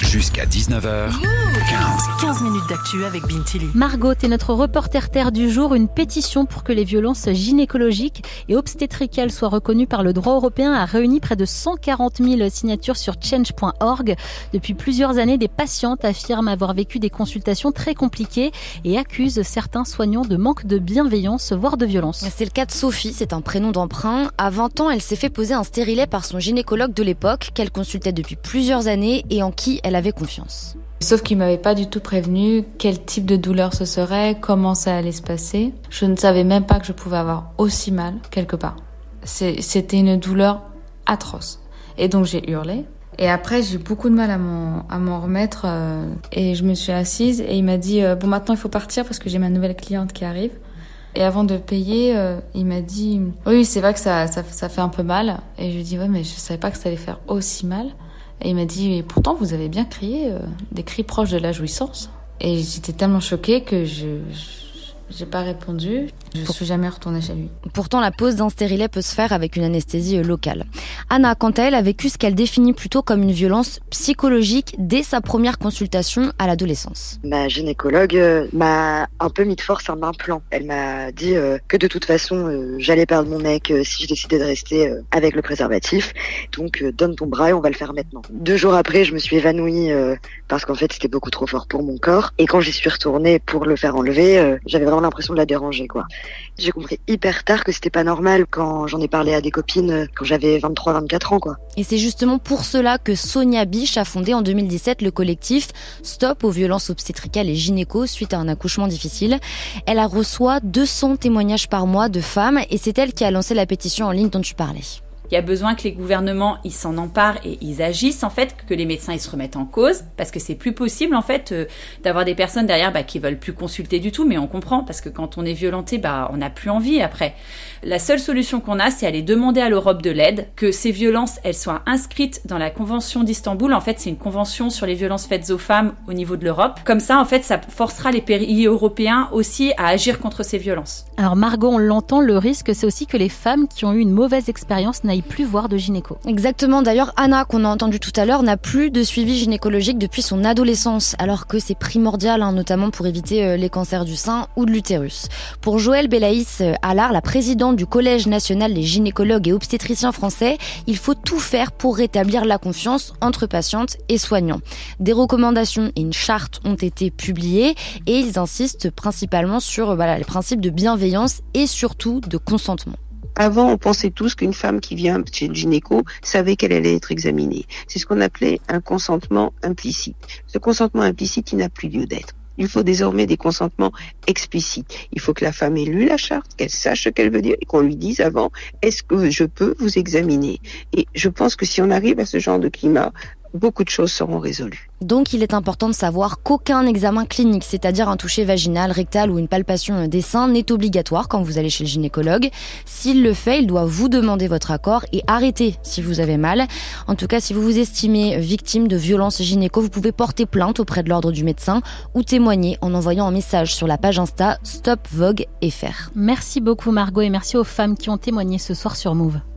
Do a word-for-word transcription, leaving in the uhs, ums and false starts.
Jusqu'à dix-neuf heures quinze. quinze minutes d'actu avec Bintili. Margot, t'es notre reporter terre du jour. Une pétition pour que les violences gynécologiques et obstétricales soient reconnues par le droit européen a réuni près de cent quarante mille signatures sur change point org. Depuis plusieurs années, des patientes affirment avoir vécu des consultations très compliquées et accusent certains soignants de manque de bienveillance, voire de violence. C'est le cas de Sophie, c'est un prénom d'emprunt. À vingt ans, elle s'est fait poser un stérilet par son gynécologue de l'époque, qu'elle consultait depuis plusieurs années et en qui elle avait confiance. Sauf qu'il m'avait pas du tout prévenu quel type de douleur ce serait, comment ça allait se passer. Je ne savais même pas que je pouvais avoir aussi mal quelque part. C'est, c'était une douleur atroce. Et donc j'ai hurlé. Et après j'ai eu beaucoup de mal à m'en, à m'en remettre. Euh, et je me suis assise et il m'a dit euh, bon maintenant il faut partir parce que j'ai ma nouvelle cliente qui arrive. Et avant de payer, euh, il m'a dit oui c'est vrai que ça, ça, ça fait un peu mal. Et je lui ai dit ouais mais je savais pas que ça allait faire aussi mal. Et il m'a dit, et pourtant vous avez bien crié, euh, des cris proches de la jouissance. Et j'étais tellement choquée que je, je j'ai pas répondu. Je ne suis jamais retournée chez lui. Pourtant, la pose d'un stérilet peut se faire avec une anesthésie locale. Anna, quant à elle, a vécu ce qu'elle définit plutôt comme une violence psychologique dès sa première consultation à l'adolescence. Ma gynécologue euh, m'a un peu mis de force un implant. Elle m'a dit euh, que de toute façon, euh, j'allais perdre mon mec euh, si je décidais de rester euh, avec le préservatif. Donc, euh, donne ton bras et on va le faire maintenant. Deux jours après, je me suis évanouie euh, parce qu'en fait, c'était beaucoup trop fort pour mon corps. Et quand j'y suis retournée pour le faire enlever, euh, j'avais vraiment l'impression de la déranger, quoi. J'ai compris hyper tard que c'était pas normal quand j'en ai parlé à des copines quand j'avais vingt-trois vingt-quatre ans, quoi. Et c'est justement pour cela que Sonia Biche a fondé en deux mille dix-sept le collectif Stop aux violences obstétricales et gynéco suite à un accouchement difficile. Elle a reçoit deux cents témoignages par mois de femmes et c'est elle qui a lancé la pétition en ligne dont tu parlais. Il y a besoin que les gouvernements ils s'en emparent et ils agissent en fait, que les médecins ils se remettent en cause parce que c'est plus possible en fait euh, d'avoir des personnes derrière bah, qui veulent plus consulter du tout, mais on comprend parce que quand on est violenté, bah on n'a plus envie après. La seule solution qu'on a, c'est aller demander à l'Europe de l'aide, que ces violences elles soient inscrites dans la Convention d'Istanbul. En fait, c'est une convention sur les violences faites aux femmes au niveau de l'Europe. Comme ça, en fait, ça forcera les pays européens aussi à agir contre ces violences. Alors Margot, on l'entend, le risque c'est aussi que les femmes qui ont eu une mauvaise expérience n'aillent plus voir de gynéco. Exactement. D'ailleurs, Anna, qu'on a entendu tout à l'heure, n'a plus de suivi gynécologique depuis son adolescence, alors que c'est primordial, hein, notamment pour éviter les cancers du sein ou de l'utérus. Pour Joëlle Belaïs Allard, la présidente du Collège national des gynécologues et obstétriciens français, il faut tout faire pour rétablir la confiance entre patientes et soignants. Des recommandations et une charte ont été publiées et ils insistent principalement sur voilà, les principes de bienveillance et surtout de consentement. Avant, on pensait tous qu'une femme qui vient chez le gynéco savait qu'elle allait être examinée. C'est ce qu'on appelait un consentement implicite. Ce consentement implicite, il n'a plus lieu d'être. Il faut désormais des consentements explicites. Il faut que la femme ait lu la charte, qu'elle sache ce qu'elle veut dire et qu'on lui dise avant, est-ce que je peux vous examiner? Et je pense que si on arrive à ce genre de climat, beaucoup de choses seront résolues. Donc il est important de savoir qu'aucun examen clinique, c'est-à-dire un toucher vaginal, rectal ou une palpation des seins, n'est obligatoire quand vous allez chez le gynécologue. S'il le fait, il doit vous demander votre accord et arrêter si vous avez mal. En tout cas, si vous vous estimez victime de violences gynéco, vous pouvez porter plainte auprès de l'ordre du médecin ou témoigner en envoyant un message sur la page Insta Stop Vogue F R. Merci beaucoup Margot et merci aux femmes qui ont témoigné ce soir sur Move.